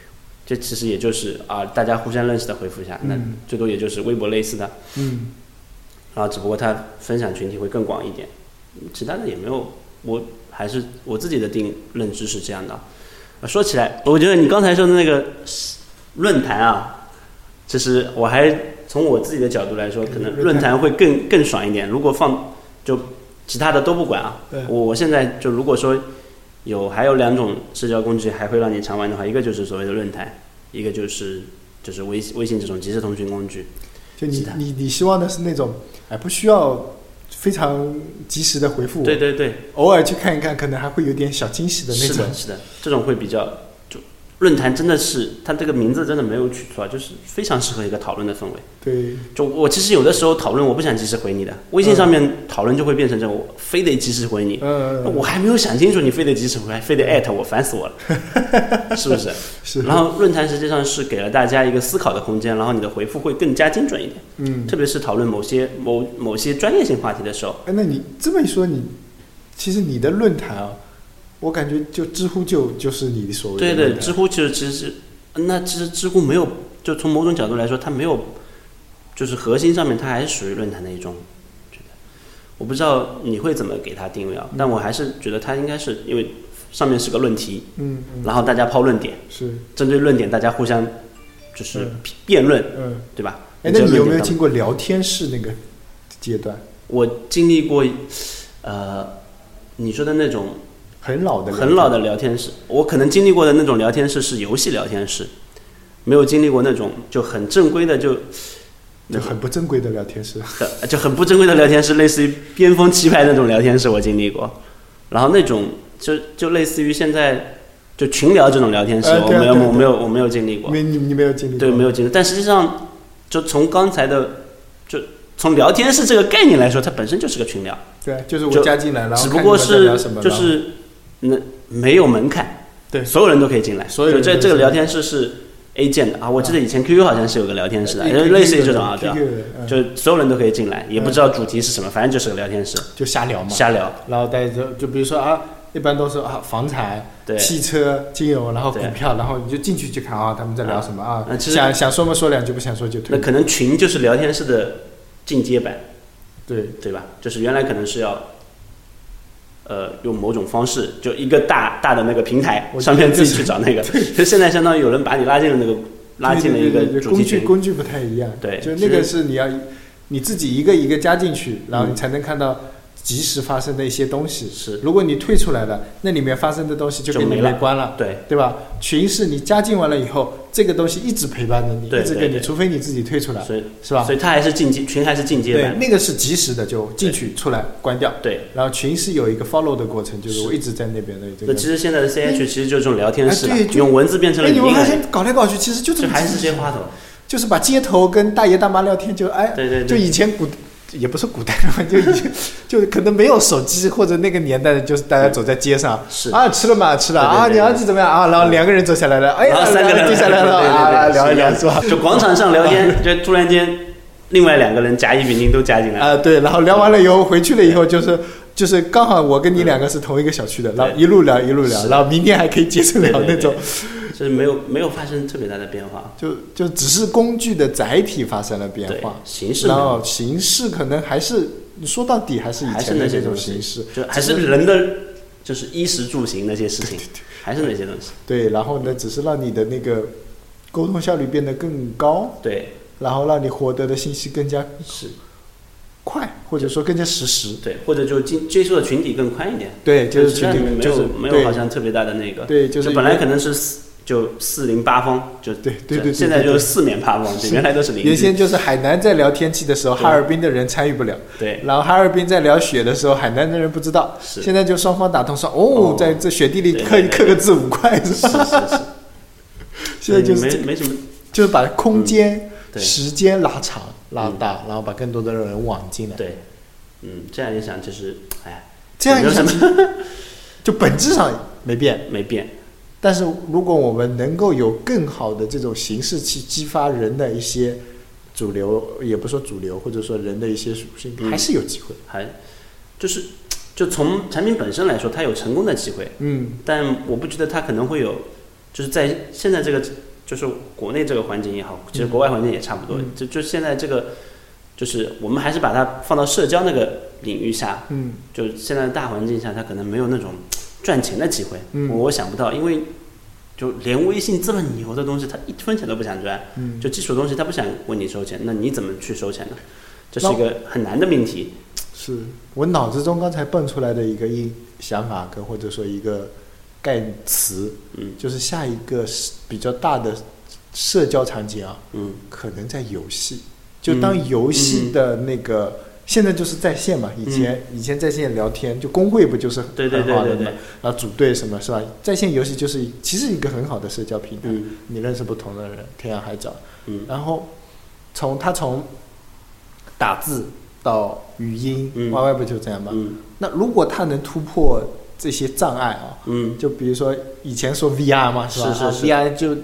Speaker 2: 这其实也就是大家互相认识的回复一下，那最多也就是微博类似的，然后只不过它分享群体会更广一点，其他的也没有，还是我自己的认知是这样的。说起来，我觉得你刚才说的那个论坛啊，其实我还从我自己的角度来说，可能论坛会更爽一点。如果就其他的都不管啊，我现在就如果说还有2种社交工具还会让你常玩的话，一个就是所谓的论坛，一个就是微信这种即时通讯工具。
Speaker 1: 就你希望的是那种不需要非常及时的回复我，
Speaker 2: 对，
Speaker 1: 偶尔去看一看，可能还会有点小惊喜的那种。
Speaker 2: 是的，这种会比较论坛真的是它这个名字真的没有取错，就是非常适合一个讨论的氛围。
Speaker 1: 对，
Speaker 2: 就我其实有的时候讨论我不想及时回你的，微信上面讨论就会变成这种，我非得及时回你，我还没有想清楚你非得及时回，还非得艾特我，烦死我了，是不是？
Speaker 1: 是。
Speaker 2: 然后论坛实际上是给了大家一个思考的空间，然后你的回复会更加精准一点，特别是讨论某些专业性话题的时候。
Speaker 1: 那你这么一说，其实你的论坛啊，我感觉就知乎就是你所谓的
Speaker 2: 对，知乎其实知乎没有，就从某种角度来说，它没有，就是核心上面它还是属于论坛的一种。我不知道你会怎么给它定位啊，但我还是觉得它应该是因为上面是个论题，然后大家抛论点，
Speaker 1: 是针
Speaker 2: 对论点大家互相就是辩论，对吧？
Speaker 1: 那你有没有经过聊天室那个阶段？
Speaker 2: 我经历过，你说的那种
Speaker 1: 很老的
Speaker 2: 聊天室，我可能经历过的那种聊天室是游戏聊天室，没有经历过那种就很正规的就
Speaker 1: 很不正规的聊天室，
Speaker 2: 就很不正规的聊天室，类似于边锋棋牌那种聊天室我经历过，然后那种就类似于现在就群聊这种聊天室，我没有经历过。
Speaker 1: 你没有经历过？
Speaker 2: 对，没有经历。但实际上，就从刚才的从聊天室这个概念来说，它本身就是个群聊。
Speaker 1: 对，就是我加进来，然后
Speaker 2: 只不过是就是没有门槛，
Speaker 1: 对，
Speaker 2: 所有人都可以进来。
Speaker 1: 所有
Speaker 2: 这个聊天室是 A 建的啊，我记得以前 QQ 好像是有个聊天室的，类似于这种啊，对吧？就所有人都可以进来，也不知道主题是什么，反正就是个聊天室，
Speaker 1: 就瞎聊嘛。然后大家就比如说一般都是房产、汽车、金融，然后股票，然后你就进去看他们在聊什么啊。想说嘛说两句，不想说就退。
Speaker 2: 那可能群就是聊天室的进阶版，
Speaker 1: 对
Speaker 2: 吧？就是原来可能是要用某种方式，就一个大的那个平台上面自己去找那个，就现在相当于有人把你拉进了一个主题群，
Speaker 1: 工具不太一样。
Speaker 2: 对，
Speaker 1: 就那个是你自己一个一个加进去，然后你才能看到及时发生的一些东西。
Speaker 2: 是，
Speaker 1: 如果你退出来了，那里面发生的东西就给你没关了。对吧？群是你加进完了以后，这个东西一直陪伴着你，一直跟你，除非你自己退出来，是吧？
Speaker 2: 所以它还是群还是进阶版。
Speaker 1: 对，那个是及时的，就进去出来关掉。
Speaker 2: 对，
Speaker 1: 然后群是有一个 follow 的过程，就是我一直在那边的这个。
Speaker 2: 那其实现在的 CH 其实就是这种聊天室，用文字变成了语音。
Speaker 1: 你们发现搞来搞去，其实就这么
Speaker 2: 还是这些话头，
Speaker 1: 就是把街头跟大爷大妈聊天，
Speaker 2: 对，
Speaker 1: 就以前也不是古代嘛，就以前就可能没有手机或者那个年代的，就是大家走在街上，吃了吗？吃了啊，你儿子怎么样啊？然后2个人走下来了，哎呀，3个人坐下来了聊一聊是吧？
Speaker 2: 就广场上聊天，就突然间另外2个人甲乙丙丁都加进来
Speaker 1: 对，然后聊完了以后回去了以后就是刚好我跟你2个是同一个小区的，然后一路聊，然后明天还可以接着聊那种。
Speaker 2: 就是没有发生特别大的变化，
Speaker 1: 就只是工具的载体发生了变化，
Speaker 2: 形式，
Speaker 1: 然后形式可能还是说到底还是以前的那种形式，
Speaker 2: 就还是人的就是衣食住行那些事情，还是那些东西。
Speaker 1: 对，然后呢，只是让你的那个沟通效率变得更高，
Speaker 2: 对，
Speaker 1: 然后让你获得的信息更加快，或者说更加实时，
Speaker 2: 对，或者就接触的群体更宽一点，
Speaker 1: 对，就是群体
Speaker 2: 没有好像特别大的那个，
Speaker 1: 对，就是
Speaker 2: 本来可能是。就4邻八方，
Speaker 1: 对，
Speaker 2: 现在就是4面八方，原来都是邻居。
Speaker 1: 原先就是海南在聊天气的时候，哈尔滨的人参与不了，
Speaker 2: 对。
Speaker 1: 然后哈尔滨在聊雪的时候，海南的人不知道，现在就双方打通说，在这雪地里刻个字5块，是吧？
Speaker 2: 是。
Speaker 1: 现在就是
Speaker 2: 没什么，
Speaker 1: 就是把空间、时间拉长、拉大，然后把更多的人往进来。
Speaker 2: 对，这样一想就是，
Speaker 1: 这样一想，就本质上没变。但是如果我们能够有更好的这种形式去激发人的一些主流，也不说主流，或者说人的一些属性，还是有机会。
Speaker 2: 就从产品本身来说，它有成功的机会。但我不觉得它可能会有，就是在现在这个就是国内这个环境也好，其实国外环境也差不多。就现在这个，就是我们还是把它放到社交那个领域下，就现在的大环境下，它可能没有那种赚钱的机会。我想不到，因为就连微信这么牛的东西，它1分钱都不想赚，就基础东西它不想为你收钱，那你怎么去收钱呢？这是一个很难的命题。
Speaker 1: 是我脑子中刚才蹦出来的一个想法跟或者说一个概念词，就是下一个比较大的社交场景啊，可能在游戏，就当游戏的那个。现在就是在线嘛，以前在线聊天，就工会不就是很好的嘛，然后组队什么是吧？在线游戏就是其实一个很好的社交平台，你认识不同的人，天涯海角。然后从打字到语音，YY 不就这样吗？那如果他能突破这些障碍啊，就比如说以前说 VR 嘛，是吧？是 VR 就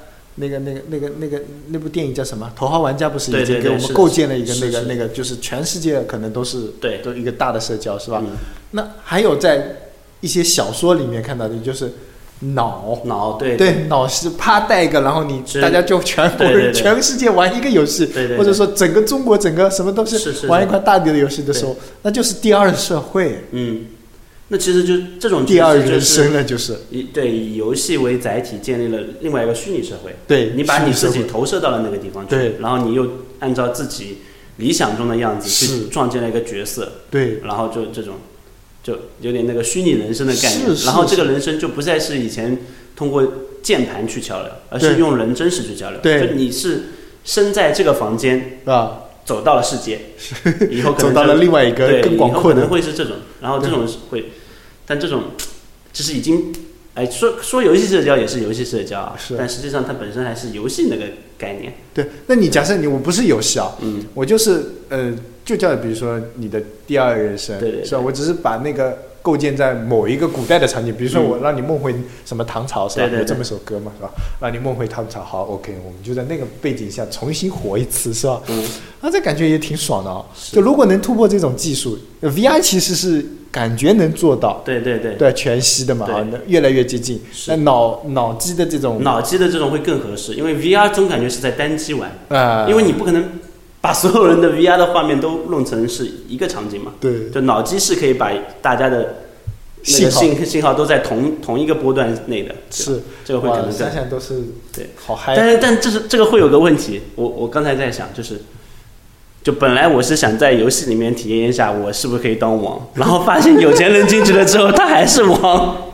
Speaker 1: 那部电影叫什么？头号玩家不是已经给我们构建了一个那个，就是全世界可能都是都一个大的社交，是吧？那还有在一些小说里面看到的，就是脑脑是啪带一个，然后大家就全世界玩一个游戏，或者说整个中国整个什么都是玩一款大的游戏的时候，那就是第二社会。
Speaker 2: 那其实就这种
Speaker 1: 第二人生了，就是
Speaker 2: 以游戏为载体建立了另外一个虚拟社会。
Speaker 1: 对，
Speaker 2: 你把你自己投射到了那个地方去，然后你又按照自己理想中的样子去创建了一个角色。
Speaker 1: 对，
Speaker 2: 然后就这种，就有点那个虚拟人生的概念。然后这个人生就不再是以前通过键盘去交流，而是用人真实去交流。
Speaker 1: 对，
Speaker 2: 就你是身在这个房间啊。走到了世界，以后可能
Speaker 1: 走到了另外一个更广阔的，
Speaker 2: 可能会是这种，然后这种会，但这种就是已经，说游戏社交也是游戏社交啊，但实际上它本身还是游戏那个概念。
Speaker 1: 对，那你假设我不是游戏啊，我就是就叫比如说你的第二人生，是吧？我只是把那个构建在某一个古代的场景，比如说我让你梦回什么唐朝，是吧？有这么首歌嘛，是吧？让你梦回唐朝，好 ，OK， 我们就在那个背景下重新活一次，是吧？这感觉也挺爽的啊。就如果能突破这种技术 ，VR 其实是感觉能做到，对，全息的嘛，越来越接近。那脑机的这种
Speaker 2: 会更合适，因为 VR 总感觉是在单机玩，因为你不可能把所有人的 VR 的画面都弄成是一个场景嘛。
Speaker 1: 对，
Speaker 2: 就脑机是可以把大家的那个信号都在同一个波段内的。
Speaker 1: 是，
Speaker 2: 这个会可能
Speaker 1: 想想都是
Speaker 2: 对，
Speaker 1: 好嗨。
Speaker 2: 但这个会有个问题，我刚才在想，就本来我是想在游戏里面体验一下我是不是可以当王，然后发现有钱人进去了之后他还是王，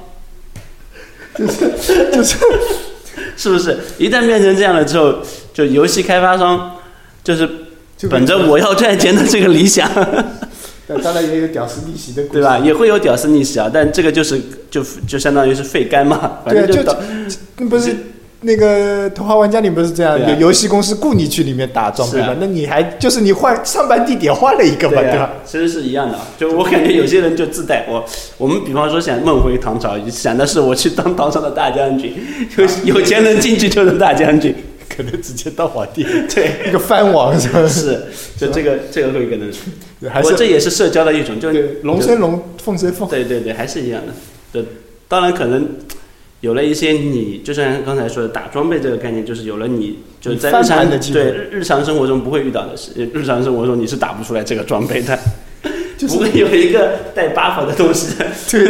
Speaker 2: 是不是？一旦变成这样了之后，就游戏开发商就是本着我要赚钱的这个理想，
Speaker 1: 当然也有屌丝逆袭的故事，
Speaker 2: 对吧？也会有屌丝逆袭啊，但这个就相当于是废干嘛，反正
Speaker 1: 就不是。那个头号玩家里不是这样，有游戏公司雇你去里面打装备嘛？那你还就是你换上班地点换了一个嘛，对吧？
Speaker 2: 其实是一样的，就我感觉有些人就自带我们比方说想梦回唐朝，想的是我去当唐朝的大将军，有钱人进去就是大将军，
Speaker 1: 可能直接当皇帝，
Speaker 2: 对，
Speaker 1: 一个藩王是吧？
Speaker 2: 是，就这个会可能，不过这也是社交的一种，就
Speaker 1: 龙生龙，凤生凤，
Speaker 2: 对，还是一样的。就当然可能。有了一些你就像刚才说的打装备这个概念，就是有了你就在日常生活中不会遇到的事，日常生活中你是打不出来这个装备的，不会有一个带 buff 的东西。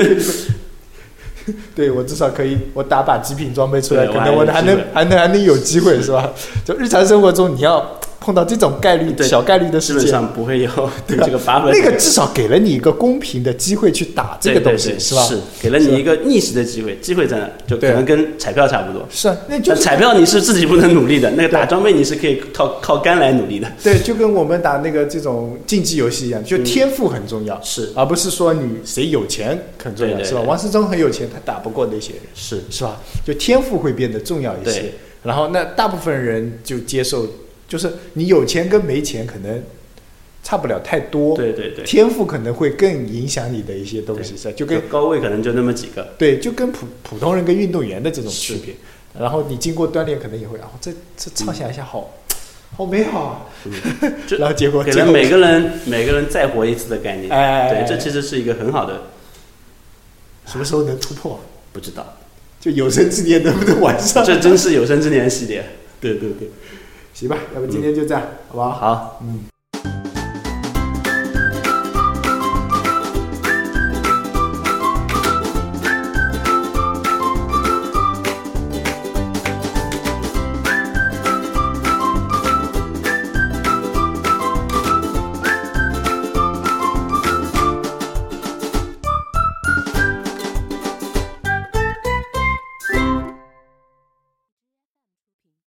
Speaker 1: 对，我至少可以，我打把极品装备出来，可能我还能有机会，是吧？就日常生活中你要碰到这种概率小概率的事情，
Speaker 2: 基本上不会有这个buff。
Speaker 1: 那个至少给了你一个公平的机会去打这个东西，是吧？
Speaker 2: 是给了你一个逆袭的机会，机会在哪？就可能跟彩票差不多。
Speaker 1: 是啊，那就是
Speaker 2: 彩票你是自己不能努力的，那个打装备你是可以靠肝来努力的。
Speaker 1: 对，就跟我们打那个这种竞技游戏一样，就天赋很重要，
Speaker 2: 是，
Speaker 1: 而不是说你谁有钱很重要，是吧？王思聪很有钱，他打不过那些人，是吧？就天赋会变得重要一些。然后那大部分人就接受。就是你有钱跟没钱可能差不了太多，
Speaker 2: 对，
Speaker 1: 天赋可能会更影响你的一些东西，就跟
Speaker 2: 高位可能就那么几个，
Speaker 1: 对，就跟普通人跟运动员的这种区别。然后你经过锻炼，可能也会这畅想一下好美好啊，然后结果
Speaker 2: 给了每个人再活一次的概念，对，这其实是一个很好的。
Speaker 1: 什么时候能突破？
Speaker 2: 不知道。
Speaker 1: 就有生之年能不能玩上？
Speaker 2: 这真是有生之年系列。
Speaker 1: 对对对，行吧，要不今天就这样，好不好？
Speaker 2: 好，
Speaker 1: 嗯。